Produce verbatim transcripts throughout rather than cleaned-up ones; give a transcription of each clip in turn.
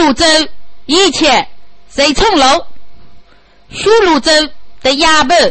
泸州一切谁冲楼，苏泸州的衙门。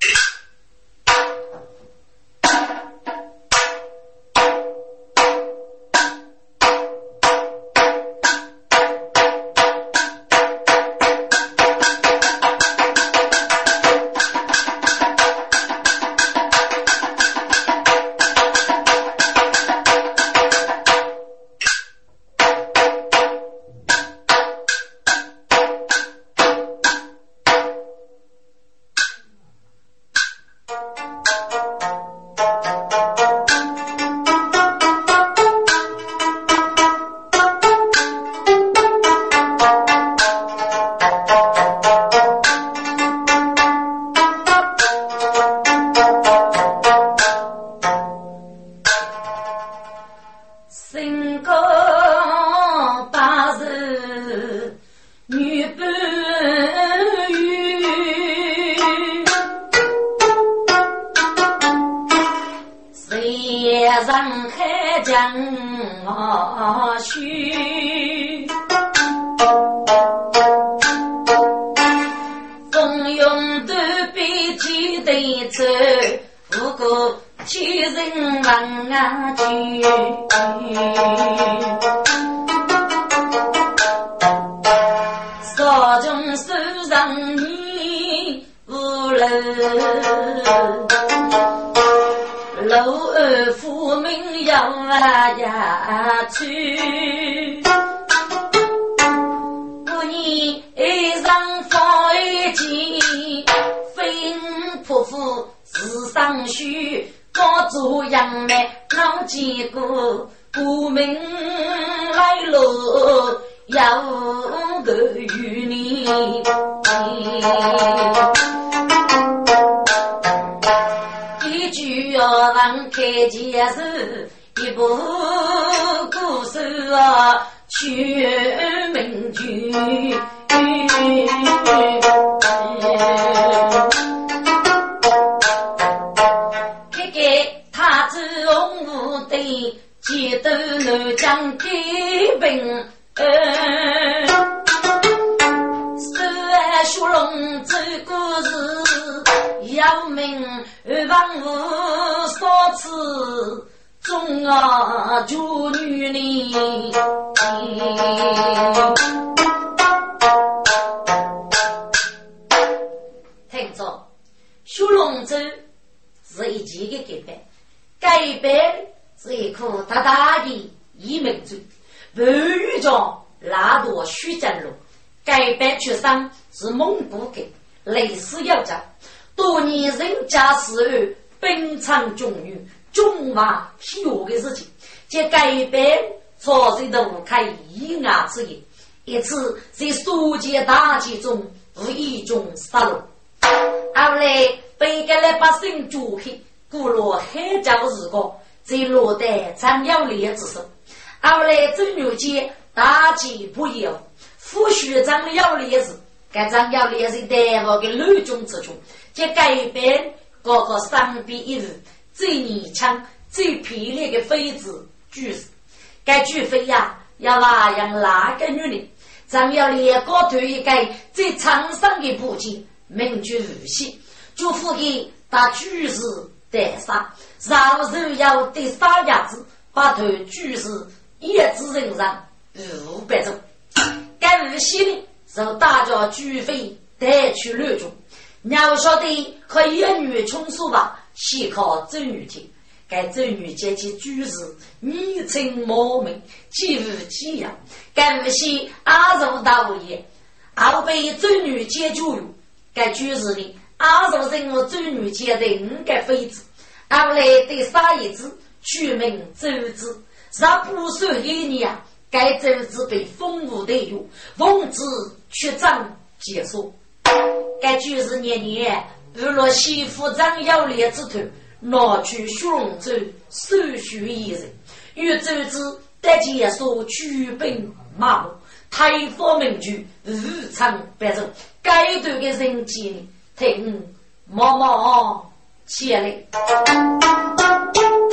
一次在书记大集中无意中杀戮，后来被个来百姓捉去，古罗海角日光，在落在张耀烈之手。后来周牛节大吉不由，复许张耀烈子，该张耀烈是带我的六中之中，这改变各个三比一日，最年轻最漂亮的妃子居士，该居妃呀要挖养哪个女人？张耀烈高头一个最长上的部件，名居如戏，祝福给他居士带杀，然后要对杀伢子，把头居士叶子人上五百种。该日戏呢，受大家居妃带去六种。你要晓得，可以女充数吧，细考周女听。该周女阶级居士昵称莫名，既无其样。该无系阿柔大爷，后被周女阶就有。该居士呢，阿柔人我周女阶的五个妃子，后来对杀一子取名周子，让不算一年，该周子被封武的有，奉旨去葬结束。该居士年年日落西府张耀烈之头。拿去虚荣州收许一人，与周子得结束举兵马路，太方名句日常百人，该对的人间听毛毛起来。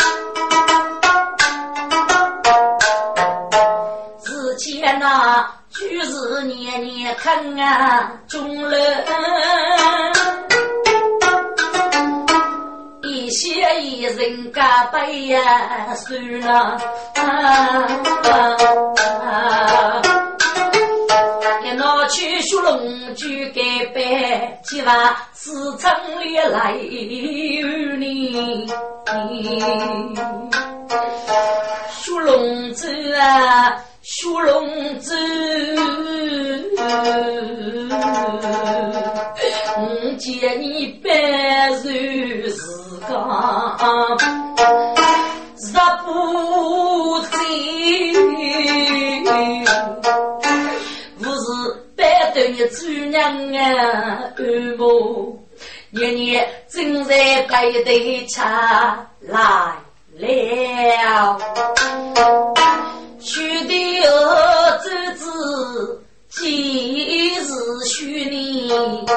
之前那就是年年看啊中人，一些一人家背呀算了啊啊，也拿去修龙举给白，七娃四层里来与你修龙子啊修龙子，我见你白如是刚十不醉，不是白对你主娘啊二母，年年正在白对茶来了，须的儿子子几日许你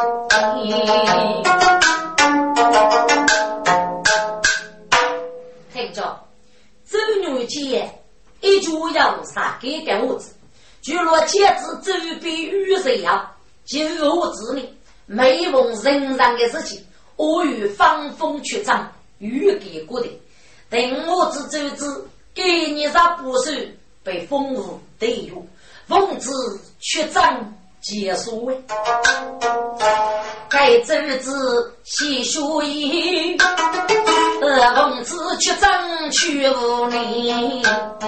听着周女姐一主要杀给个物子，就若戒指周比雨水呀就物子呢每逢人上的事情我与放风去张与给过的等我子周子给你啥不是被风舞对入奉旨去张结束该周子细书一呃奉旨去张去无你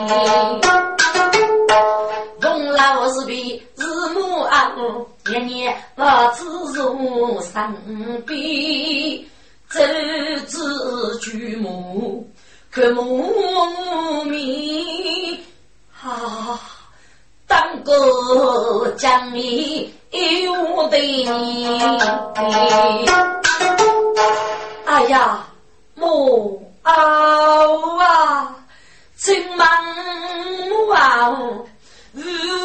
奉老是比日母啊年年我自入上笔周子举目可母咪啊当个将你有的你哎呀母啊啊真忙啊如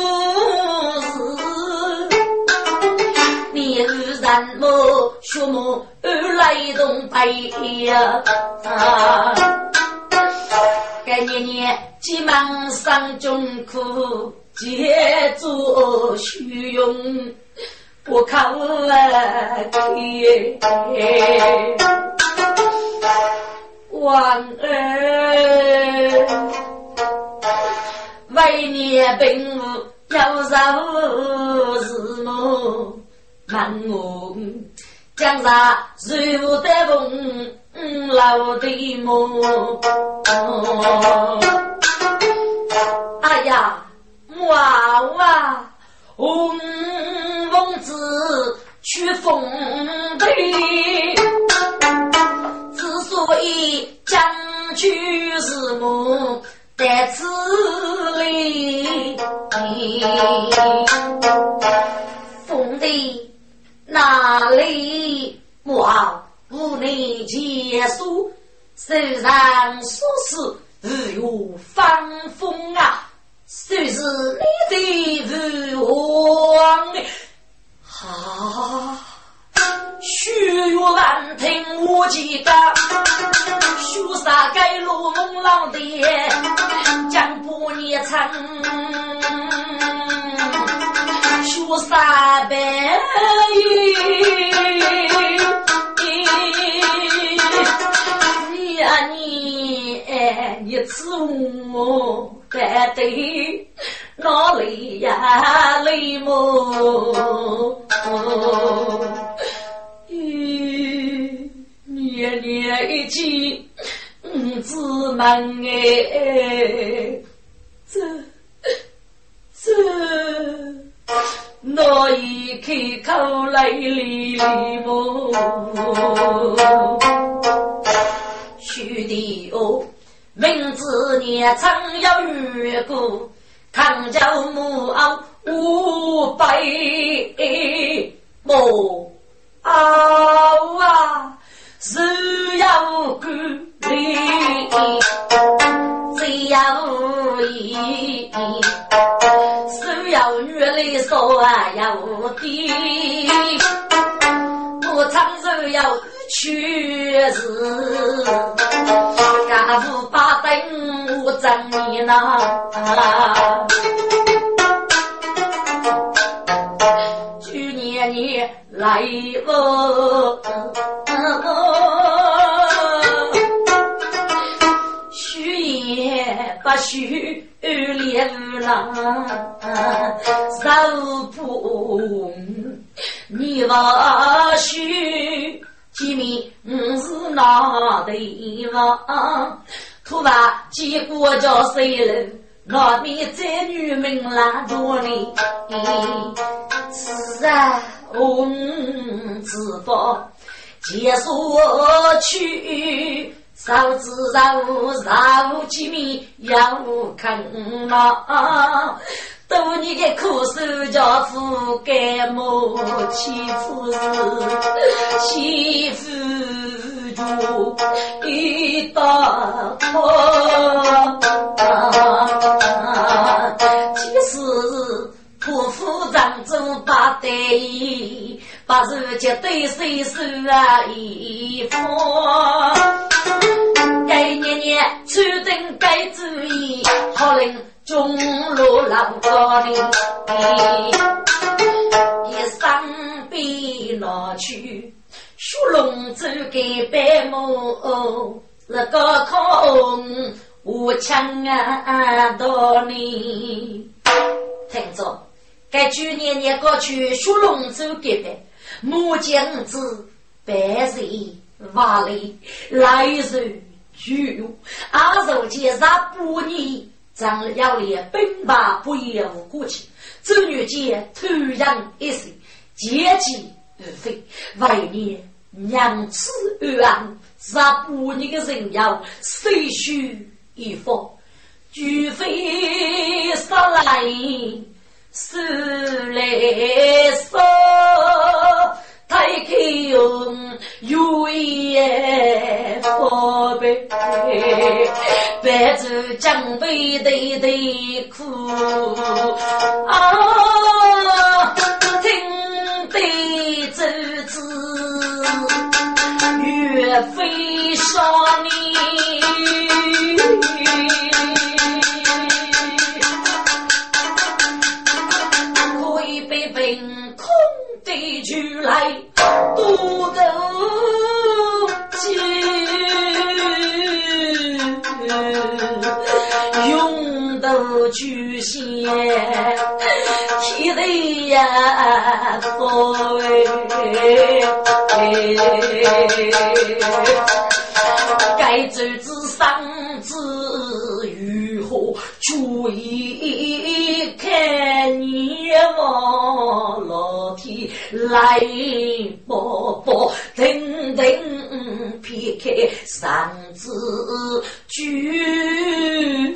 你日然么学么而来动白呀啊该年年急忙上中苦借助虚用不靠天王儿为年病要绕日么满我将啥随我的风老的梦哎呀娃娃红翁子去风悲之所以将去是母在此里风的哪里哇无内结束手上说是日有放风啊虽是你的如王啊虚有万听无几个修杀该路梦老的将不捏长修杀白你啊你你吃我白对哪里呀泪么年年一起自满哎这这那一口口来里么须的哦名字年常要越过抗教母傲五百母傲啊是要鼓励只要一是要女的说啊要低我常是要去日家父把灯我整你呢来我虚也不虚连郎少不你我虚几米是哪地方突然结果叫谁人那边这女民拉多里是啊红子佛结束去少子少少几米要看嘛都你的苦手叫父给母欺负是欺负住一大破其实不服长州把得意把自己对谁手啊一放该年年注定该注意好令中路老高的一上边拿去属龙走给白木那个空无枪啊到你听着该去年年过去属龙走给白木匠子白水瓦里来日具有阿手介绍不你张要脸奔把不也无过去这女界突然一时节气而非外面娘子而安杀不你个人要谁须一方举飞上来是来说太开用有也佛背白子将背对对哭啊听得这字岳飞说你可以被本空地去来渡斗用斗去写提的呀所该走之上之如何注意看你我老天来波波等等撇开上之句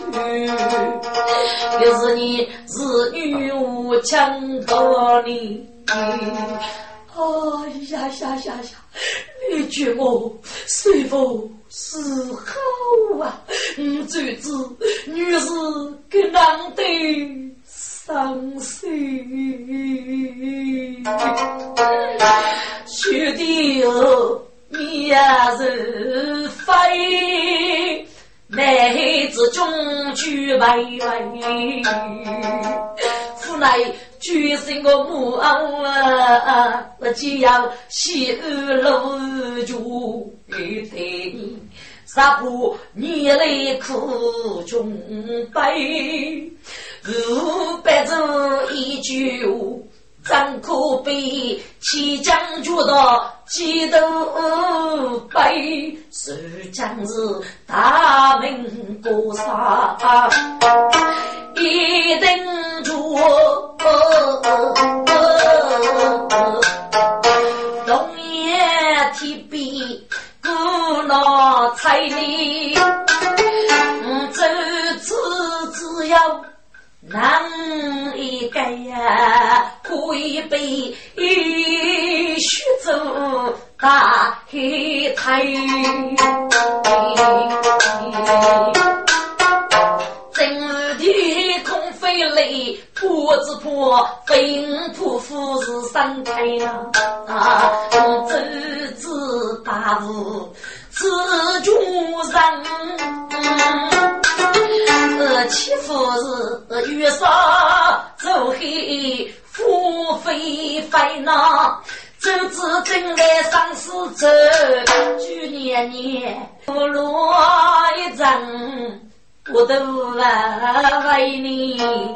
要是你子女无强到你哎呀呀呀呀你觉我是否是好啊嗯最子女是跟男的伤心学弟哦你呀是非妹子中去拜拜父乃举身个母啊我只要喜楼住一定啥不你来苦中悲如白走一句张口悲七将主的几斗悲是将日大明国杀一定住龙爷提笔古老彩礼这次只要难一改呀可以被一许走大黑台真的空飞雷破子破飞扑夫是三开啊这次大雾自主上呃欺负是月杀走黑富非非非呢，周子正来上死者，去年年不落一阵，我都为你。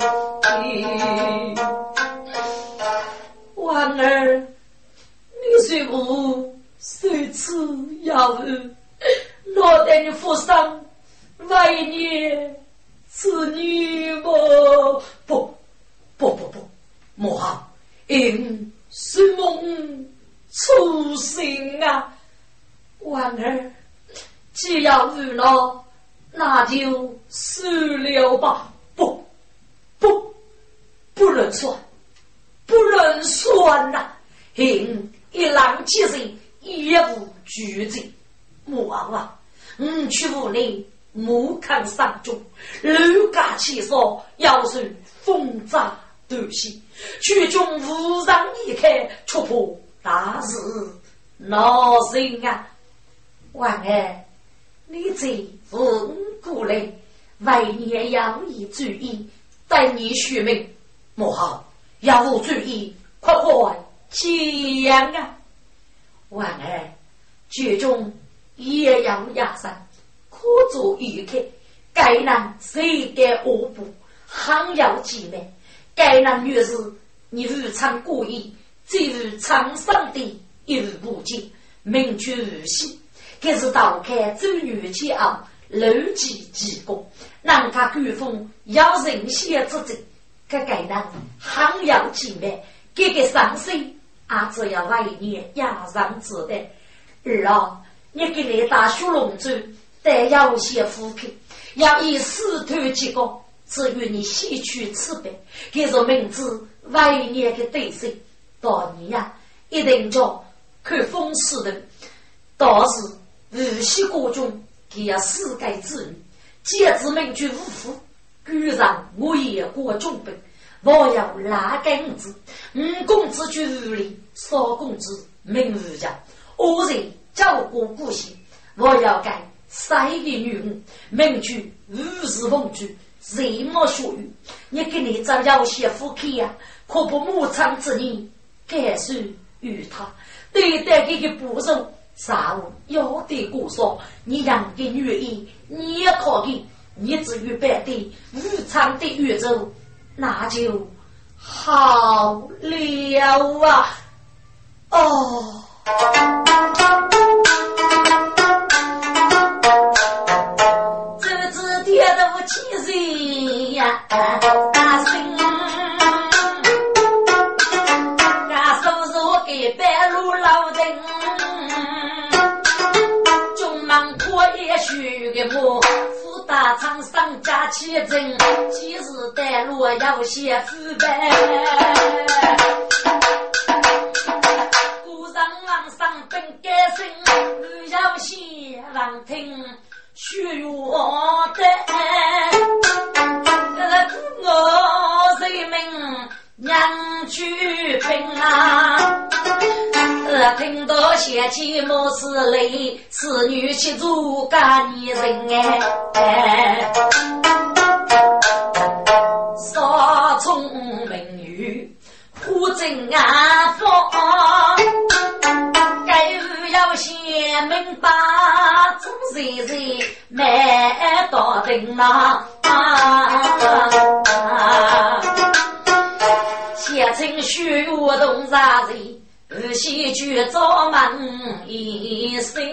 婉儿，你虽无虽此要日，落得你负伤，为你此女么？不不不不，莫好，因是梦初醒啊！婉儿，既要日了，那就死了吧！不不，不能算，不能算呐、啊！因一郎七岁，也无举罪。母王啊，嗯，去屋内目看上中，楼嘎气说，要是风炸斗气，剧中无让一开，戳破大事闹心啊！婉儿，你这风过来，为你要以注意，待你续命，莫好，要无注意，快快讲啊！婉儿，剧中也要压山，可做一刻，该男谁该恶补，还要记得，该男女士，你日常故意，即日常上的一日不见，明确日系，可是导开周女气傲，楼记记功，让他古风要人血之罪，该该男还要记得，给个伤心，啊，只要为你压上子的，儿啊。你给你打小龙珠，得要些福气，要以四头结果，至于你吸取慈悲，给着名字为你的对手，到你呀、啊，一定叫看风湿的，倒是日系国中，给要世界之女，皆知名居无福，居然我也过中本，我要拉杆子，五公子居日里，三公子名日家，我人。照顾故乡，我要干三个女人，名句如是风句，谁莫属于你给你找要些夫妻呀、啊，可不牧场之年，该是与他对待这个不容，啥物要得过说，你养的女儿，你也可以，你只有白的牧场的宇宙，那就好了啊！哦。这只跌到七岁呀，大声，俺叔叔给白路老人，中忙过也许个么，富大厂上家起阵，几日带路要些腐败。上本该生，不要先让听学我的，我人民娘去拼啊！听到嫌弃莫是累，此女去做干女人哎，少聪明女，护正安放。要先明白，总是是买到定了啊！写成虚无动啥子，而西去做梦一生。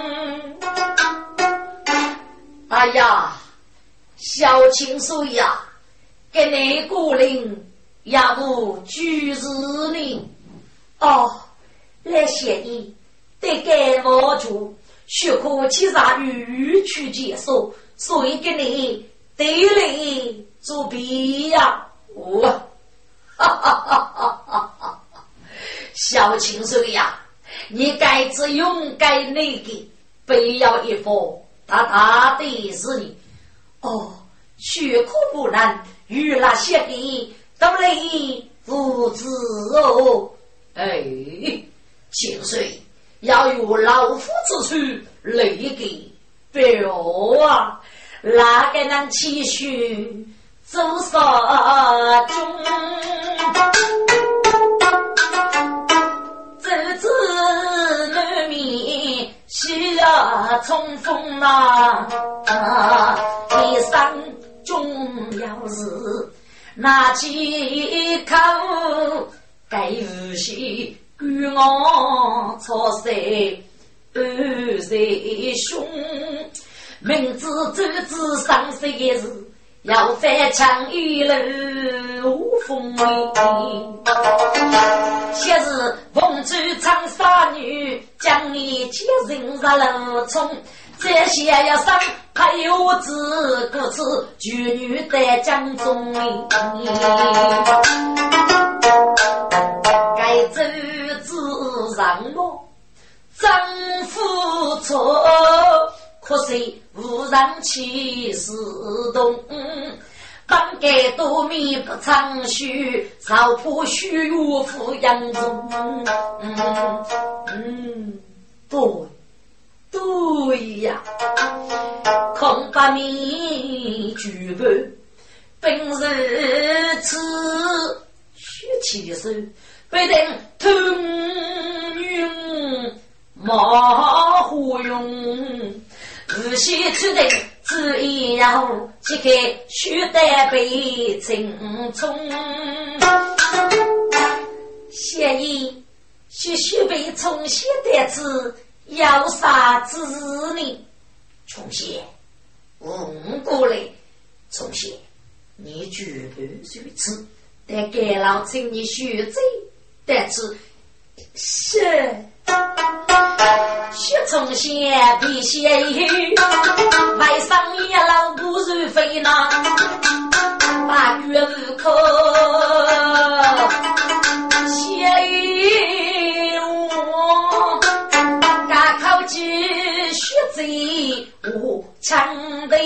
哎呀，小青水呀，给你孤零也不居士呢？哦，来写你。得给我主学科其实语去接受，所以给你得来做比呀！我，哈哈哈哈哈哈！小青水呀，你该只勇敢那个，不要一佛，大大的是你哦。学科不难，与那些的都来无知哦。哎，青水。要有老夫之处累给表啊，哪个能期许走沙中？ 冲锋啊，你山中要是拿起口，该有些与我错谁二谁凶，明知周子上谁也是要翻墙一楼无风雨，昔日凤珠长沙女将你接人杀楼冲，这些要上还有子故此举女在江中该周子让我丈夫错，可惜无人起事动，当给多米不长须，少破虚无抚养中。嗯嗯，对对呀，恐怕你举不本日此虚其实必定通用马虎用。日系出定只一样，即刻须得被青葱。谢意须须被重写的字，要杀之你。重写，嗯，过来，重写，你绝不如此。得给老请你学这，但是是。血从血比血雨，外上也老不如飞呢，八月无口血雨我，嘎口之血贼无强的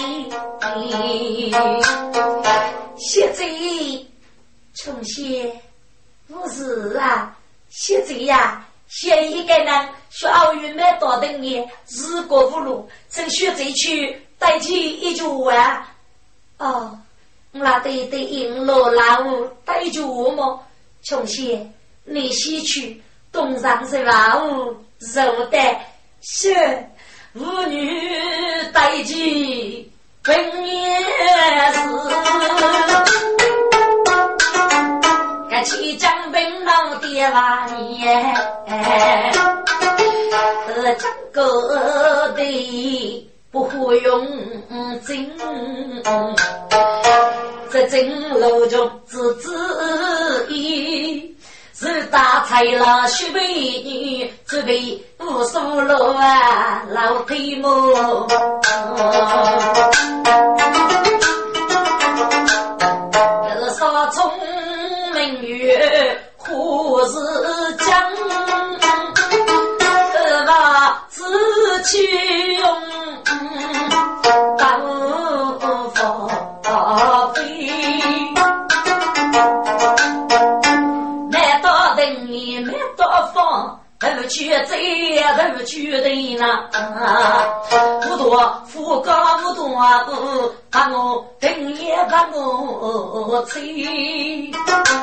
血贼从血不是啊，血贼呀。现一个人学奥运没多的年，日过无路，趁学这去带起一句话。哦，那对对银罗老屋带住么？穷些你西去东上是老屋肉的是妇女带起本也是。该去江本老爹娃耶，呃，张个的不会用真，这真路中自自意，是大菜了许美女，准备不输了啊老推磨。这杀虫明月护士将，呃把自去用当佛飞，没到等你没到放，都去这都去的呢，不多富高不多不把我等也把我吹。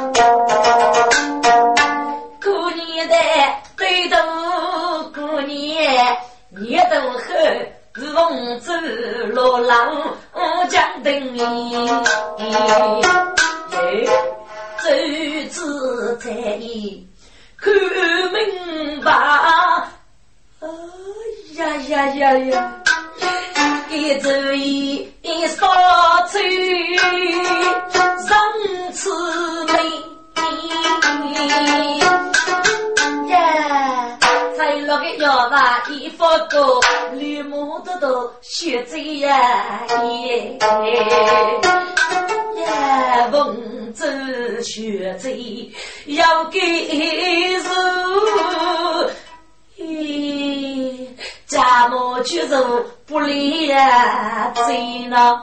过年的对头过年，你都喝龙舟罗浪江等你，走自在意看明白。哎呀呀呀呀！一走一少吹，让此美。呀，才落个药吧，一发高，绿毛都都学这呀耶。呀，凤州学这要给手。咦，家母去走不离呀，谁呢？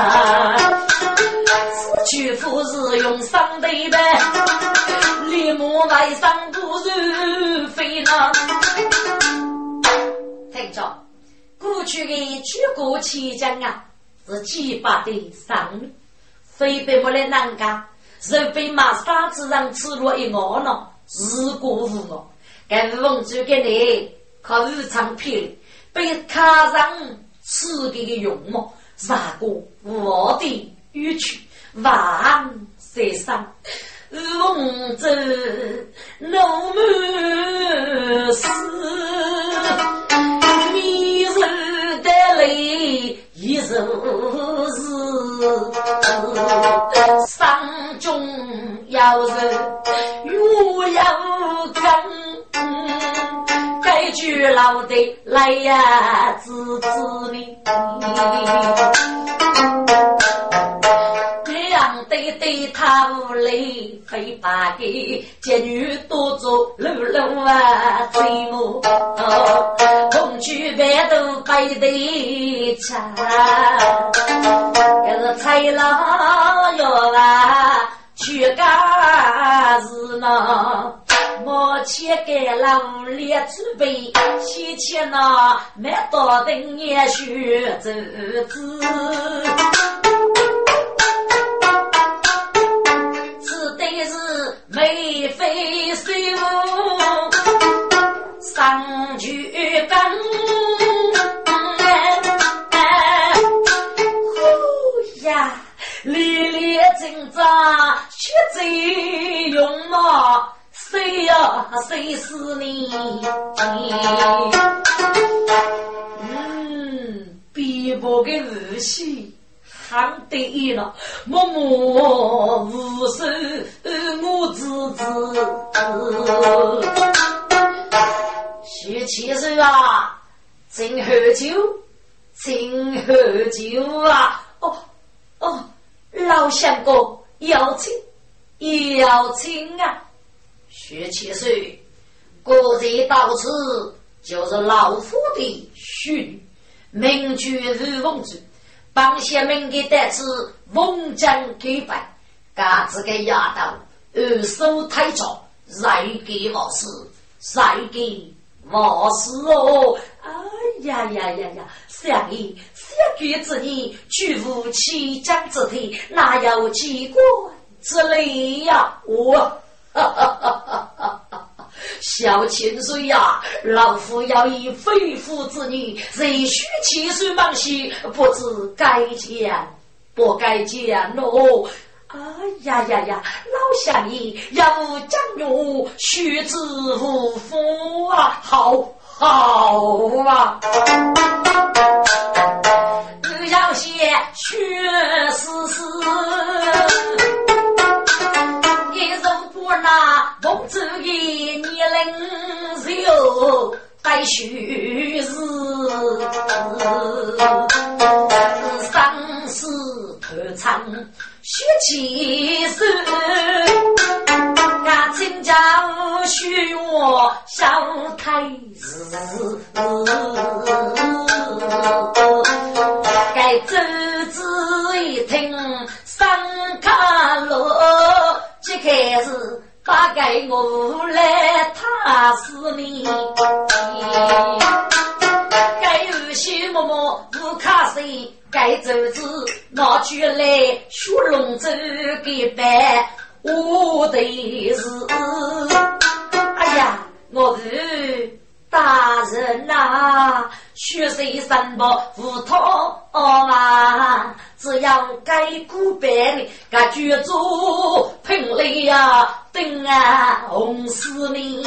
此去夫是用上对的，立母外上不如飞呢。听着，过去的举国期间啊，是七八的上面，非被不来难干，是被马沙子上吃落一熬呢，日过无我。该凤珠给你靠日常片， 被卡上刺激的用么？啥个我的语曲万世上，龙舟龙门寺，迷人的泪一如日，山中要人又要跟，该句老的来呀，自自你。对对，他屋里非把给贱女多做路路啊，追慕红去白都白的茶，可是菜老药啊，去干子呢？莫切给老列准备，先前呢，没多等也许走子。眉飞水舞上去根，呼呀烈烈挣扎血贼勇嘛，谁呀谁是你？嗯，比不给日系喊得意了，默默无声，我自知。徐七岁啊，真喝酒，真喝酒啊！哦哦，老相公要请，要请啊！徐七岁，过节到此就是老夫的训，名句如风之。帮下面给带子翁将给白，嘎子给压到二手太早，再给我事，再给我事哦！哎呀呀呀呀！想你想给子你去夫妻将之体，哪有奇怪之类呀？我哈哈哈哈哈哈！小千岁呀、啊，老夫要以肺腑之女，谁须七岁忙兮，不知该讲不该讲哦。哎呀呀呀，老乡爷要将我须知无福啊，好好啊，要写学思思。那梦子一年零六待须日，丧事特长学其事，俺亲家许我小太子，该侄子一听三卡罗，这开始大概我来他死你，该有些默默不卡谁，该走子拿去来学龙舟给办我的事。哎呀，我是大人呐、啊，学谁三宝不通啊，只要该古板的该居住品类呀，等啊红死你，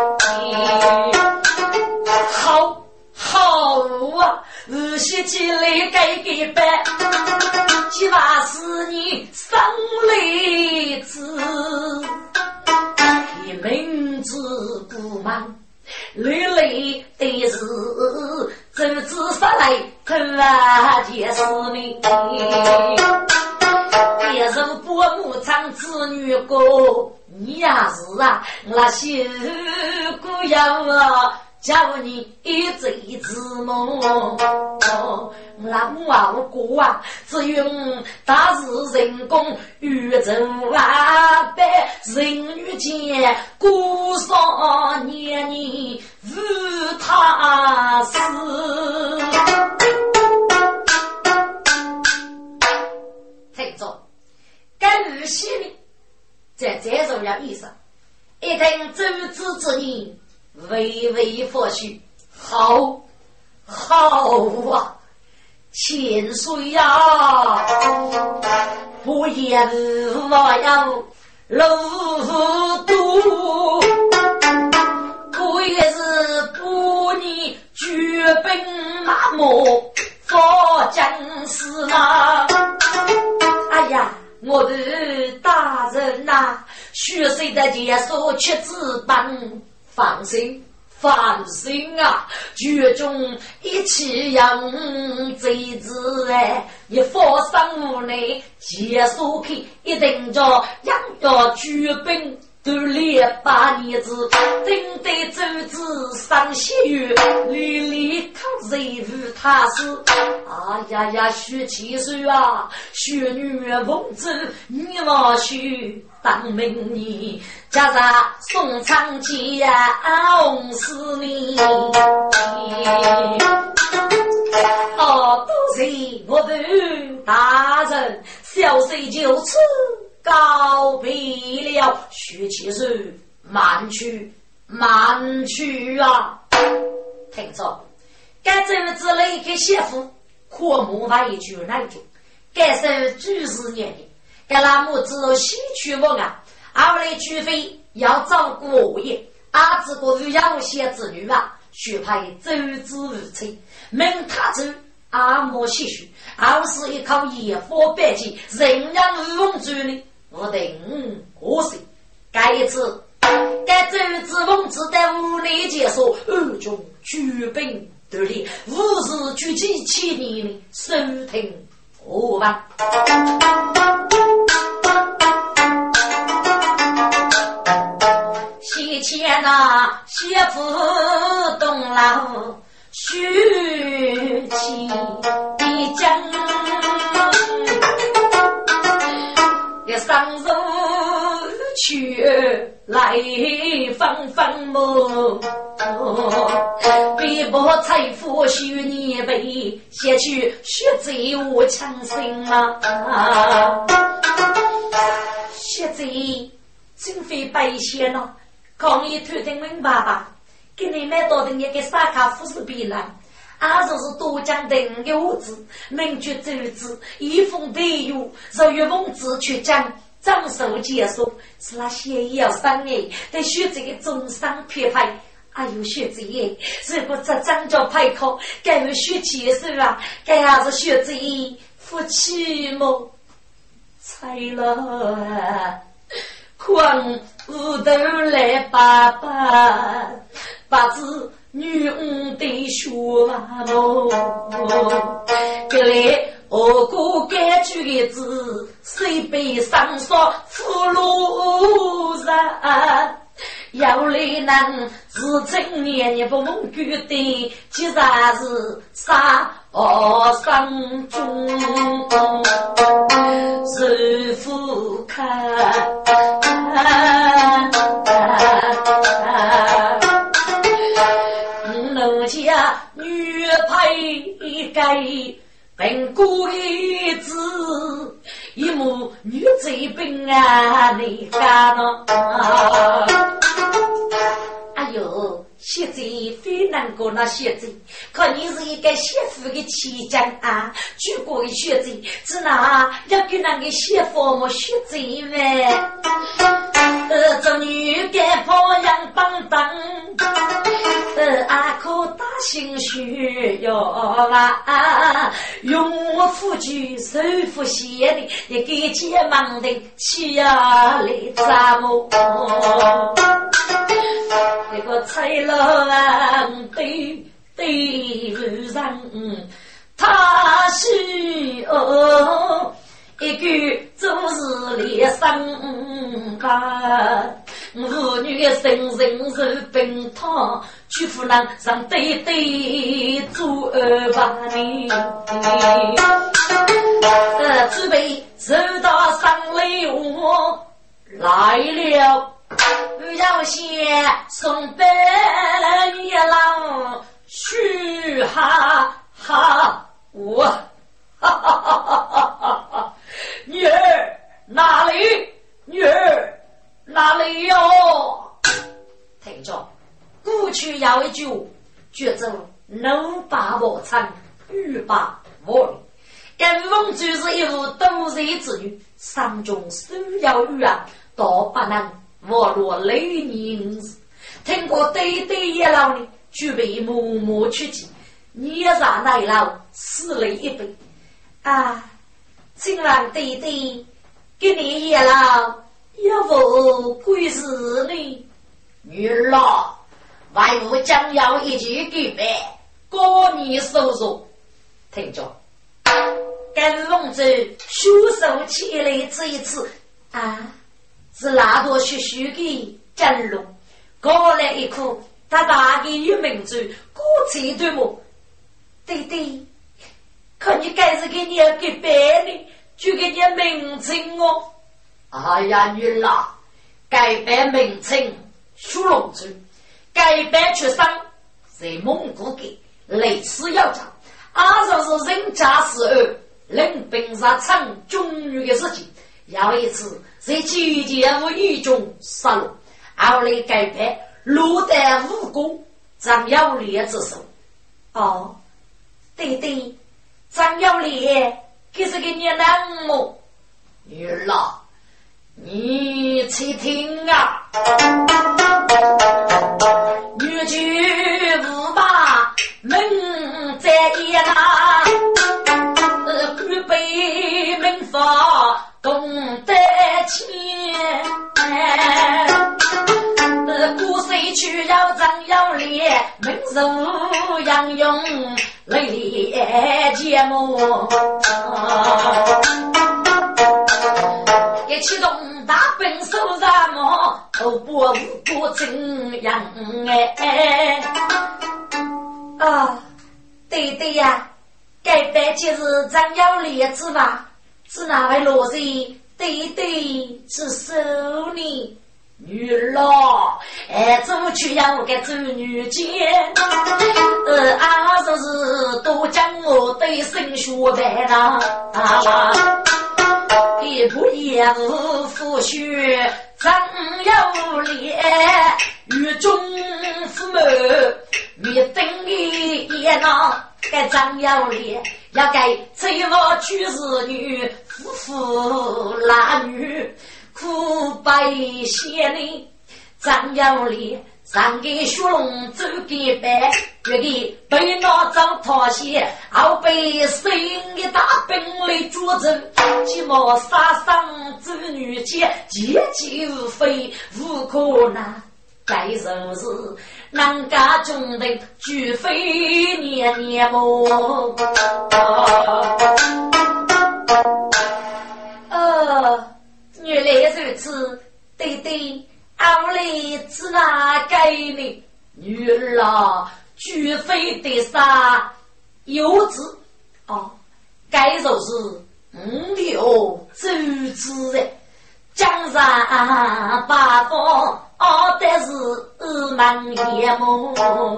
好好啊，日些积累该给办，起码是你生累子，你明知不忙。累累的是走子上来头啊结是你也是伯母长子女过你呀是啊那些姑要啊叫你一嘴子梦那母啊我过啊只用大日人工宇宙啊被人与间孤少年你如他死听着甘于心里在这种样意思一听周知之言微微或许好好啊，千岁呀，不言我要路途，不也是不你举兵马目佛将士吗？哎呀，我的大人呐、啊，学谁的解说却自帮，放心放心啊，剧中一起养贼子哎，你放上屋内解说去一定着养着举兵都列八年子，定得周子上西月，历历靠谁负他是？哎呀呀，许七岁啊，许女翁子，你莫许当明你，加上宋长吉呀，红死你。哦，都是我的大人，小岁就此告别了，许七岁慢去慢去啊！听着，该这日子来给媳妇阔木外句那句，该是居士年龄，该那母子西去问啊，阿来除非要照顾我也，阿子过于养些子女啊，许派周子如此，明他走。阿莫细许，而是一靠野火百计，人让风追呢。我等可惜，该一次，该周子翁子在屋内解说，二中举兵得力，五日举起七年呢，收听我吧。西前那媳妇东老。许起一将也上手去来放放梦，逼迫财富许你被写去学贼我强行啊，学贼真非白写了，抗议推定明白吧，给你买到的那个萨卡夫斯比兰，阿就是多讲的幼稚，明确周子，一封对有，若有文字去讲，张手结束，是那些要上诶，得学这个中上撇派。哎呦，学这耶！如果这张叫派考，该有学结束啊，该还是学这夫妻么？猜了，狂无头来爸爸。把子女翁的学嘛么？这里我哥该举的字，谁被上说俘虏人？要来人是青年也不蒙举的，其实是杀我上中，是不看。奴家女配该本故一子，一母女贼兵啊，你干了？哎呦，学贼非难过那学贼，可你是一个媳妇的妻家啊，举过的学贼，只拿要给那个媳妇么学贼呗？呃，这女该保养帮当。呃，阿可大心虚哟啦，用我夫君手扶鞋的，也给解忙的起呀来咱们。这个菜郎对对路上，他是哦。一句就是连上班，妇女的身人是病痛，去夫人上对对做二八年，呃，准备走到上来我来了，要先送百年郎去哈哈我，哈哈哈哈哈哈。女儿哪里？女儿哪里哟？听着，过去有一句绝症能把我唱欲把我理。跟风就是一副都市之女，上中需要欲啊，都不能我落雷宁。听过对对也老呢，举杯默默去敬，你啥奶老死了一杯啊！今晚对对给你也老，要不归是你女老，外务将要一句给白，过你收收，听着。跟风者袖手起来这一次啊，是拉多许许的真龙，过来一哭，他打给女民族，过去对么？对对，可你该是给你给别人，就给你名称哦。哎呀，女啦，改变名称，属龙族，改变出生，在蒙古给类似要讲，阿说是人家是二。人本上唱中女的事情，有一次在季节无意中杀戮，后来改变落得武功，张耀烈之手。哦，对对，张耀烈可是个你男母，女老，你去听啊，女婿无把门在眼啊。预备民法共得钱，呃，古谁去要张要烈，民族杨勇来节目，一启动大本手什么，头部无不怎样哎啊，对对呀。该白就是张耀烈之吧？是哪位罗子？对对，是手呢？女老，哎，怎么去要个做女监？呃，啊，说是都将我对生学白了啊！一步也无复学张耀烈，与中父母灭等一也呢。该张耀烈要该催我娶子女，夫妇拉女苦白些呢。张耀烈上给雪龙走给白，这个被拿遭妥协，后被生的大兵来捉走，寂寞杀伤子女间，结结无非无可难。该人是南家中的举飞年年么？呃，原来如此，对对，俺们来自哪该呢？女儿啊，举飞的啥有子哦，该就是五六周子的江山八方。哦，但是满眼梦，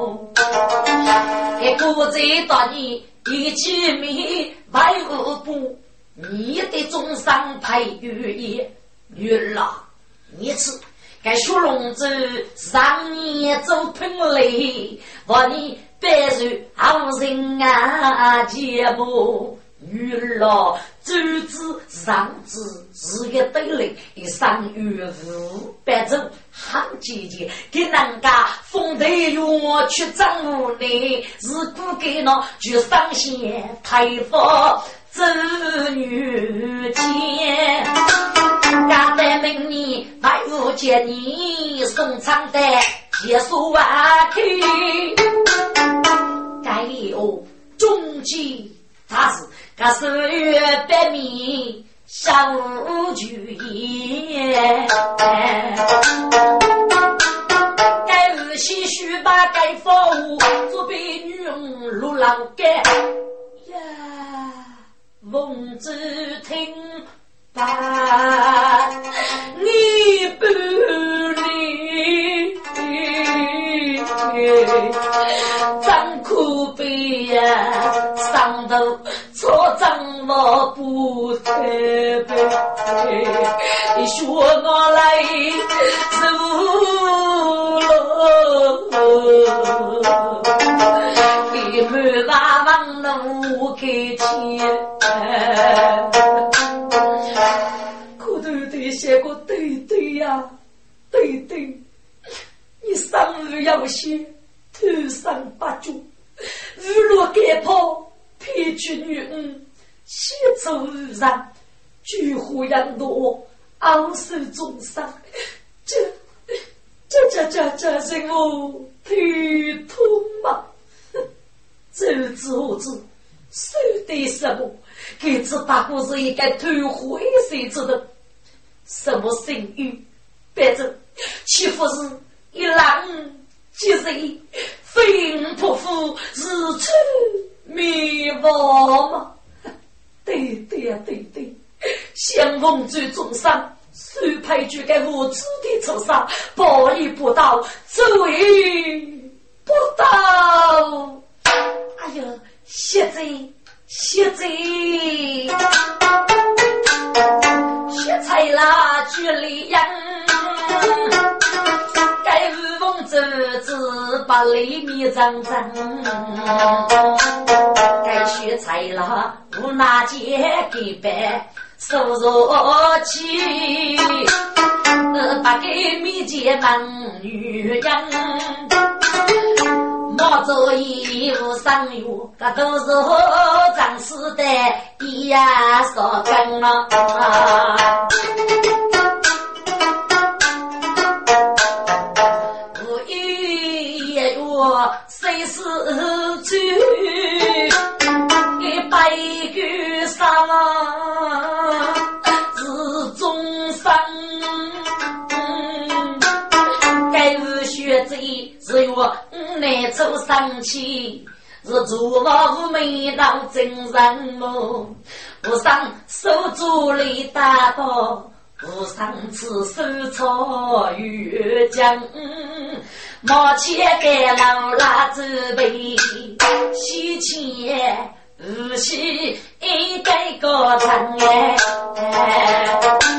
一个在大你一起米外五步，你的中上派语言，女儿你吃该说笼子上年走喷雷，我你白日好人啊节目。女儿周子上子是一对垒，一上月五百种好姐姐，给人家风头用去掌握呢，是不给呢就上线太佛子女间，家在明年百无见你送长带结束啊去，该有终极他是。他是月百米小剧院，该日唏嘘把该服务做被女用路老盖呀，梦之听吧，你不理张苦悲呀，上头错账我不特别，你说我来走了，给对对，你上日要些头上八九，日落盖破披去女人，写走日上巨虎羊多，昂首中伤，这这这这这是我头痛吗？这之后子受的什么？给这大故事一个头灰谁知道？什么声誉？别着，岂不是一浪即水，飞扑扑日出灭亡吗？对对呀、啊，对对，相逢最重伤，谁派去给无知的仇杀，报应不到，走意不到。哎呦，谢贼谢贼，谢才啦距离人，该无风之子把雷米张张，该学才啦无那节给白手若起，把给米节忙女人。莫做衣服上有，那都是长势的一呀所根了。我一月谁是去一百个啥是终生，该是学者只有内出生气，是主我没到真人么？不上手足里大刀，不上此手操越将，莫切给老拉子背，西钱无锡一该个长哎。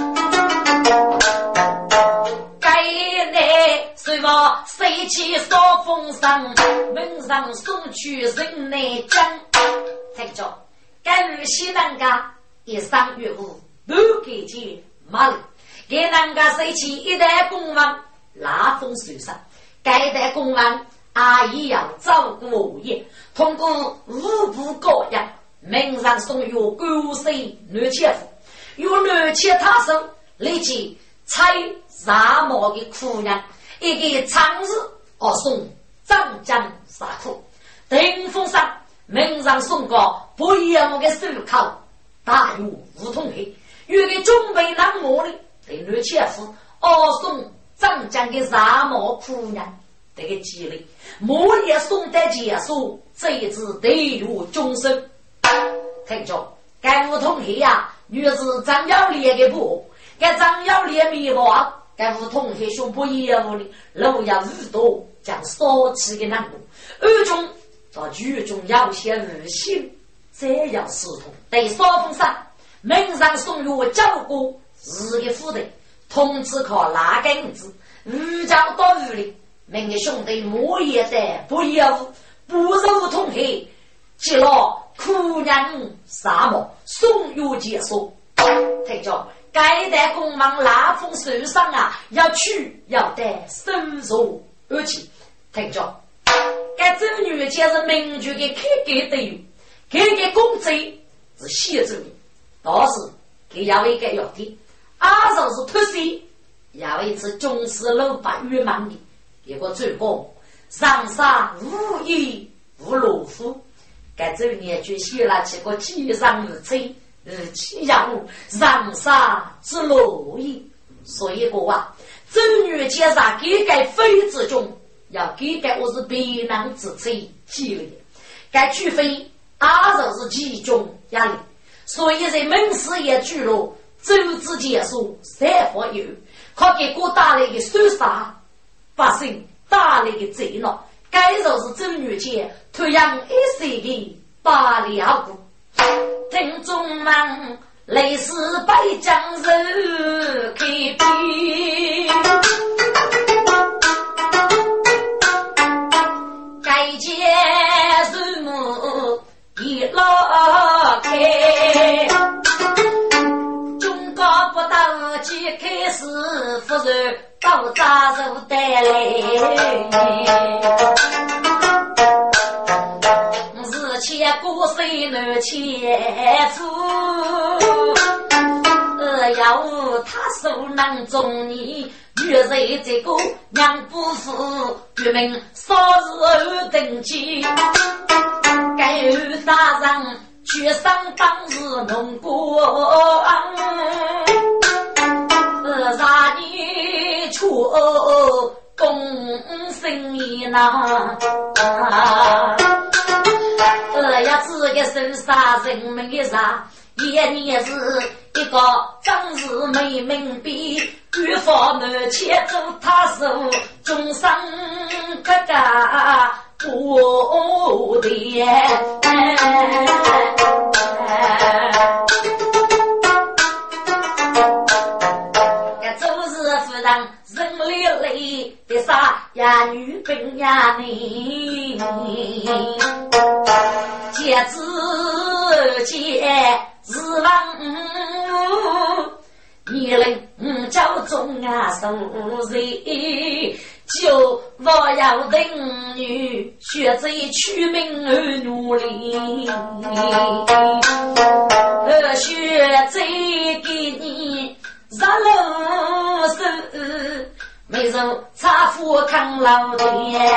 随我谁起扫风上，门上送去人内将。听着，该与西南家一上月户不给钱马里，给南家谁起一代公王拉风水上，该代公王阿姨要照顾物业，通过五步高样，门上送有狗水女切夫，有女切他手立即猜沙漠的苦娘。一个长日而送张江杀苦，顶峰上门上送个不一样的手铐，大有梧桐黑，有个中北南模的对女切夫而送张江的沙漠苦娘，这个积累莫也送得结束，这一次得入终身。听着该梧桐黑呀，女子张耀烈的不该张耀烈迷惑，该梧桐黑胸不业务的路要日多将所起的难过，二中到剧中要些日性，这要系统对少风上门上送入照顾日的负担，通知靠拉根子日将到日里，每个兄弟莫也的不业务不如同黑接了苦娘沙漠送入结束。听着该在公忙拉风手上啊，要去要得深入而且听着该这女家是民主的开给的有开给公贼是写着的，但是给要一个要的阿嫂是特色要一次中式六百月满的结果最高上杀无义无罗夫，该这年就写了几个七上日期日期要上杀之罗意，所以说啊这女介绍给该非之中要给该我是避难之妻积累该拒非阿嫂是集中压力，所以在门市也聚落周之结束三活有可给过大类的收杀发生大类的贼闹，该就是这女界突然一岁的巴黎好股听众们类似百江人开辟该界日母一拉开中国不到即开始不是到要扎手带来，日前过水难前夫，呃要他手囊中你。月日这个娘不服，渔民少日而登记，该有大人去上当日农国，呃，让你出公生意呐，呃，要这个生杀人民的啥，也你是一个张日没明白。欲放难牵走他手，终生个个不怜。这周日夫人人里里的啥呀女兵呀你，接子接日郎。你人嗯叫中啊手人，就我要等女学着取名而努力，而学着给你让老师没人查夫抗老的。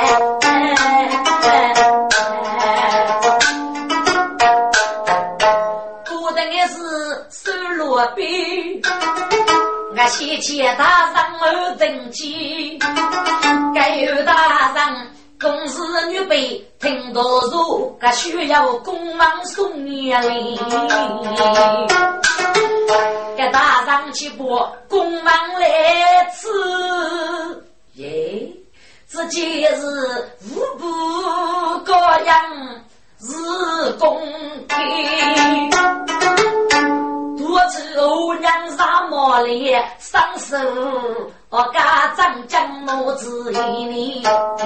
古代的是收罗宾。我谢谢大上而登记，该有大上公司女辈听到如我需要公忙送年龄，给大上去播公忙来吃耶，自己是无不各样是公平。我只欧阳沙漠里上手，我家长将母子一你。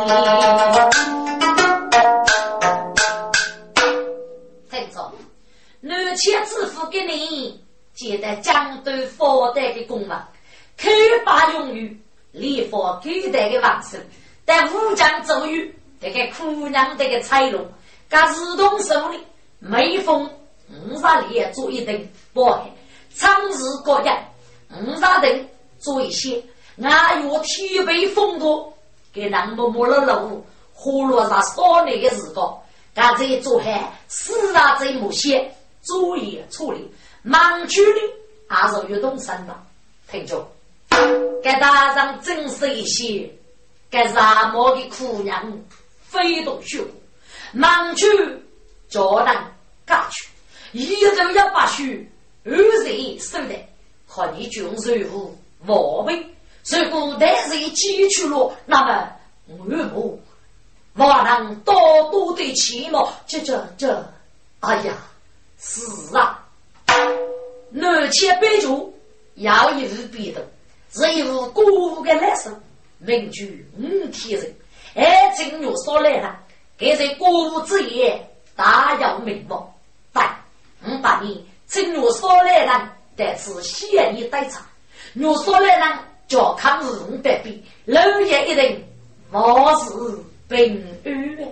听着，南迁支付给你，记得江对佛代的功劳，开把用语，立佛给代的王生，但武将走语，这个苦娘这个菜路，噶自动手里每逢五十里做一顿包海。长日各样五十人做一些俺有体被风度给人默默了路呼噜上少年的日光刚才做海四大这某些注意处理忙去的还是运动身嘛听着给大家正视一些给沙漠的苦娘飞动血忙去叫人嘎去一人要把血二人收的和你军水户我们如果但是基础了那么我不我能多多的起码这这这哎呀是啊南迁北主要一日必斗是一副鼓舞的来手名句五天人而今有所来了给这鼓舞之夜大有名目但我把你正如所来人但是现一代茶如所来人就看日五百比老爷一人我是bình ư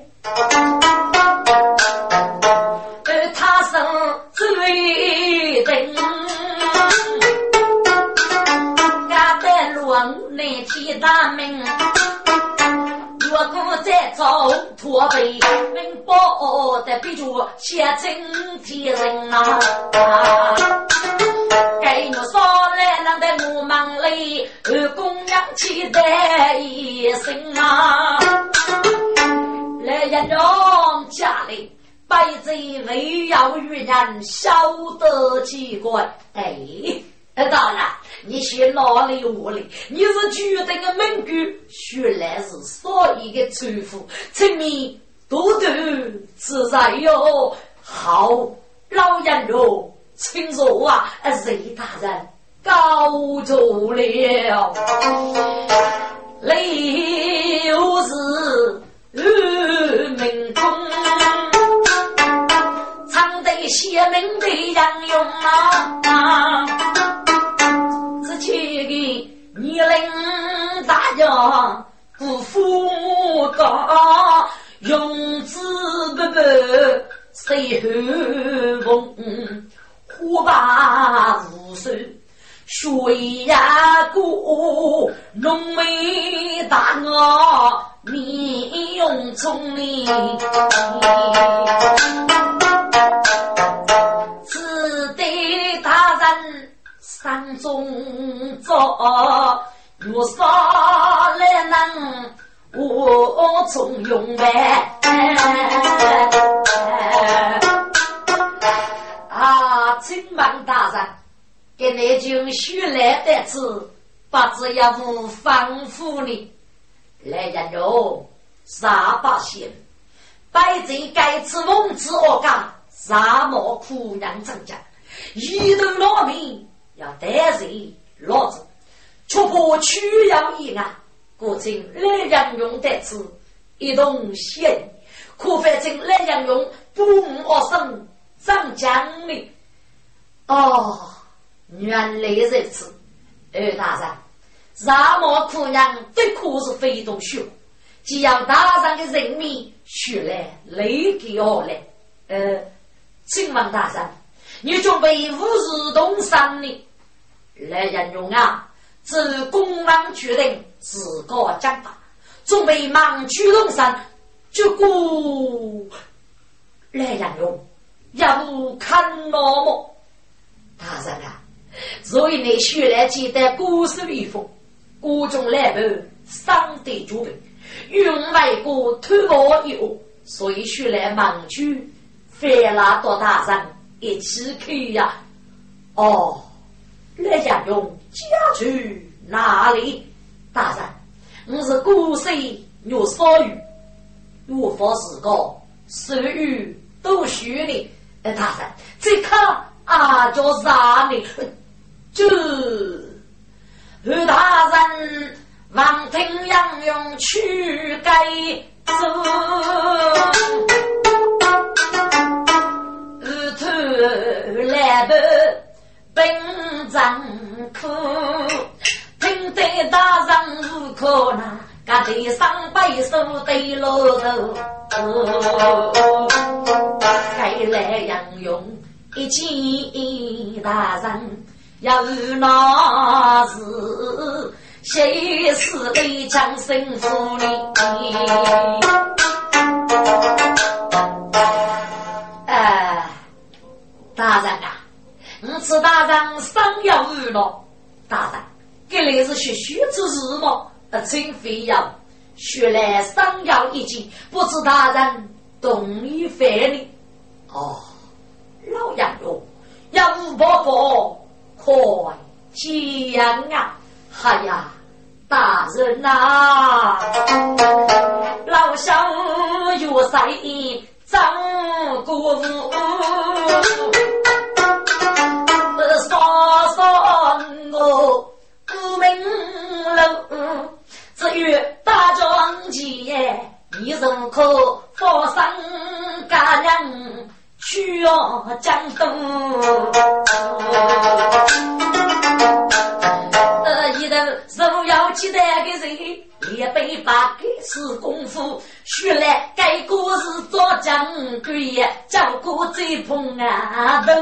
他生最定家在乱内提大名若果在走驼背明报的比如写真体人啊给我说来让的我忙里而供养起的一生啊来人用家里拜贼为要与人晓得奇怪哎当然你学哪里我里你是觉得个门句学来是所以的重复请你多多自在哟好老人哟请说啊谁大人高走了六日日明中常得写明的样用啊自己的你领大啊，不负高，用之不不，谁后风，火把无手，水呀过，浓眉大我，面容聪明，只得大人山中坐。我杀来能，我从容呗。啊，金王大人，给你就许来的字，不只要无防护你。来人哟，啥把线？百贼该吃翁子恶干，沙漠苦娘增加，一头老命要得罪老子。戳破曲阳一案，故今来阳用得此一动险，可反正来阳用不恶生长江里。哦，原来如此。二大人，沙漠苦娘的苦是非同小可，只要大人的人民学来累给我来。呃，请问大人，你准备五日东山呢？来人用啊！自公安决定自个讲法，准备忙去龙山，就顾来人用，要不看那么大人啊！所以你学来记得故事里风，各种来本上帝主本，用外国偷我有，所以学来忙去，费拉多大人一起去呀、啊！哦。来人用家去哪里？大人，我是古谁有所语，我方是个所语都许你。呃，大人，这看啊叫啥呢？这呃，大人望听杨勇去该走，呃，头来的。本长苦，听得大人无可拿，家里上百手对路头，该来杨勇一起大人要那是谁是被强生父你？呃，大人啊！我是大人上要娱乐，大人，这里是学学之事吗？呃，请非要学来上要一句，不知大人同意非呢？哦，老杨哟，要吴伯伯快讲啊！哎呀，大人呐、啊，老小有谁张过府？说说我不明了，至于大庄姐，你怎可放上家人去哦江东？呃，一头手要记得给谁？也被把给是功夫，学来该故事做讲鬼也，叫过最碰啊都。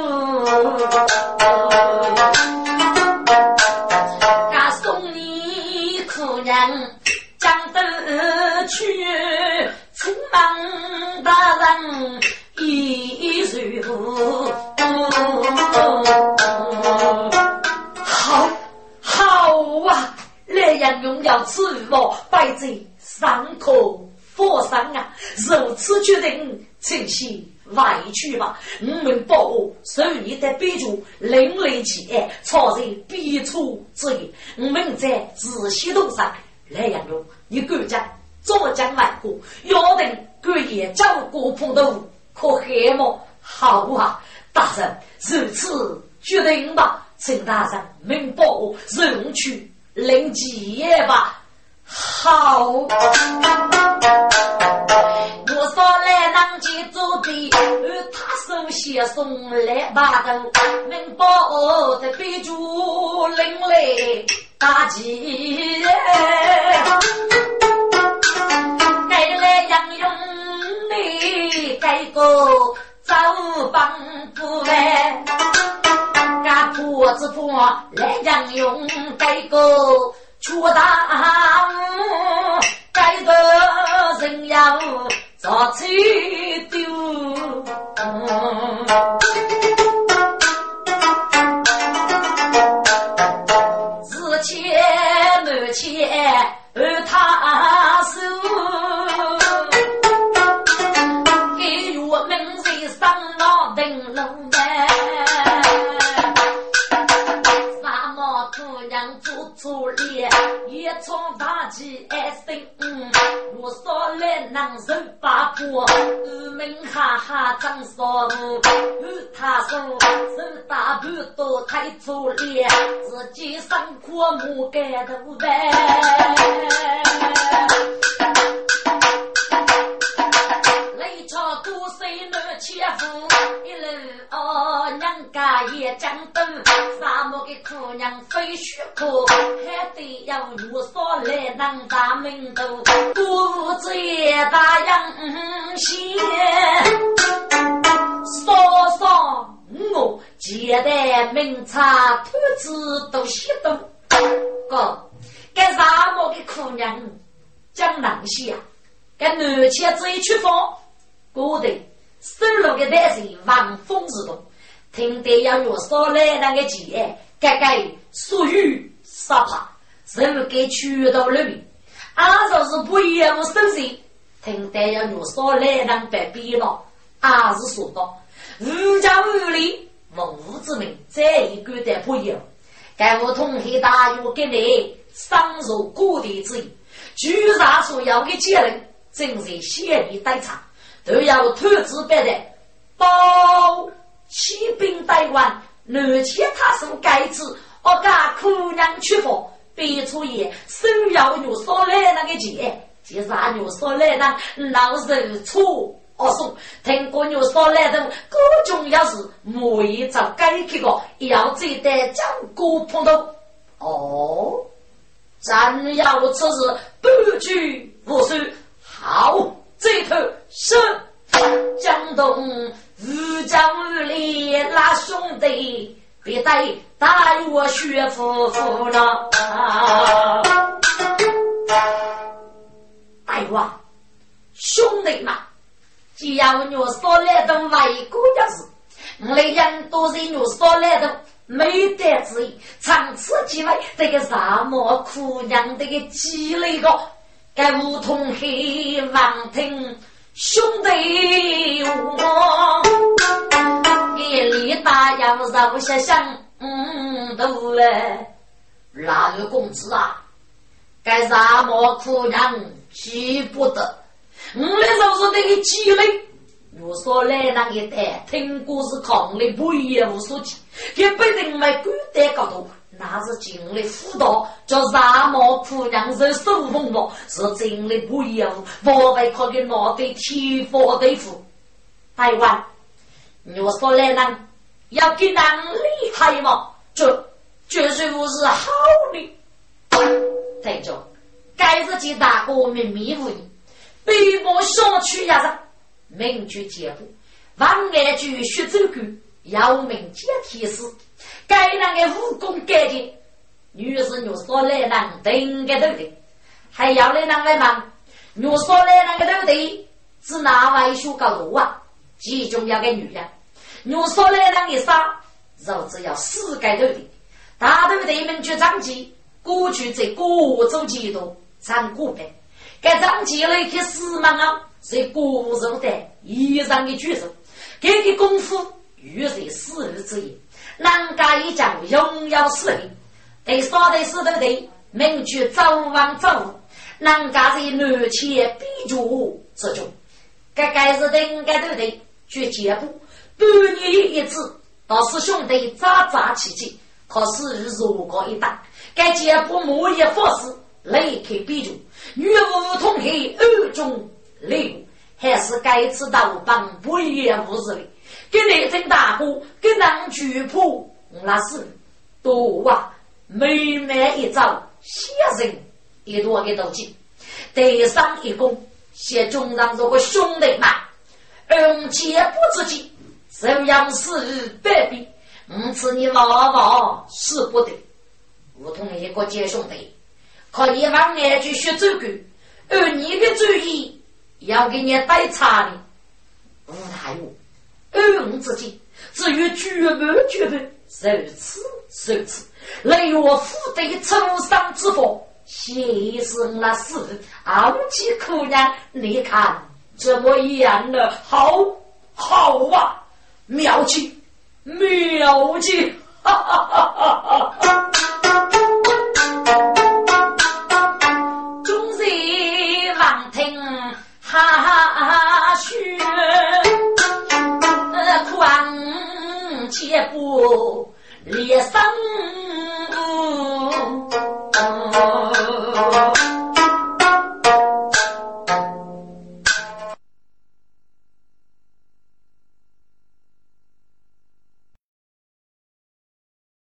他送你苦娘讲得去，匆忙大人一水壶。好，好啊！来人用要吃我摆在伤口佛上啊！如此决定，请系外去吧。我们保护受你的备注，另类起来，操在必处之意。我们在仔细动上来人用，你敢讲左讲外国，要等各也照顾碰到可黑么？好啊，大人如此决定吧，请大人明保人去。零几页吧，好。我说来当记住的，他手写送来把头，能保的备注零类大吉给了杨勇你给个走帮不来干婆子婆来杨勇给个出大该个人要做起丢自切母切而他手给我们谁上了灯笼的沙漠姑娘做出脸也从大吉爱心我说来能人把破我们哈哈张说他说手打不都太粗脸自己上课木盖头呗雷超都谁能切服一路哦娘家也讲灯沙漠的姑娘非虚苦还得要我说来能大门头肚子也大样些说说我接待明茶兔子都吸动哥跟沙漠的姑娘讲南西啊跟女切子一去放过的收入的代是望风之动听得要有说来那个节该该属于沙帕人给去到那里啊就是不一样生息听得要有说来那个比了啊是说到无家无里蒙无之名这一个的不一样该我同黑大有给你上入固定之意居然所要的结论正是协议代场都要投资别的包骑兵台湾而且他是该次我家姑娘去佛别出也生要有所来那个节其实还有所来那老人错哦送听过有所来的各种要是每一招该去个要记得将顾碰到哦咱要这是不拘不束好这头是江东日江日里拉兄弟别带带我学夫妇了带我兄弟嘛只要你所来的外国的事我们人都是你所来的没得之意长此机会这个沙漠姑娘这个积累个该梧桐黑望听兄弟我夜里大洋绕下想嗯都嘞哪个公子啊该沙漠姑娘记不得我们就是这个积累我说来那个代听故事抗力不一样无所及也不定买古代高度那是经历辅导叫沙漠姑娘是手风暴是经历不一样我被靠近脑袋体佛对付台湾我说来呢要给人厉害吗这绝对不是好的对着该自己大国民迷无疑被迫上去呀子明确解布万爱句学周句要明解提示该那个武功改进女士女说来人等个对的还要来人来忙女说来那个对的是哪外修高度啊其中要个女人女说来人一杀肉只要四个对的大对的们去长期过去在国州几度参过的该长期了一些死亡啊是国州的以上的举手给个功夫于是四日之夜南家一讲荣耀势力得说的是对的明确早晚早南家是女切必主这种该该是的应该对的去解布半年一次到师兄弟扎扎起起可是如果一旦该解布某一方式雷克必主女无同黑二中六还是该次到帮不也无事的跟内政大户跟南举铺那是多啊每每一招写人一多给斗气，对上一攻，写中上这个兄弟嘛，而且不自己，这样是百比，唔此你娃娃是不得，如同一个接兄弟，可以往外去学这个，而你的主意要给你带差的，不还有，而我自己至于绝不绝不，如此如此。雷我父的抽伤之佛，牺牲了死，傲气姑娘，你看怎么样呢？好，好啊，妙气，妙气，哈哈哈哈哈！众人望听哈哈嘘，狂且不烈生。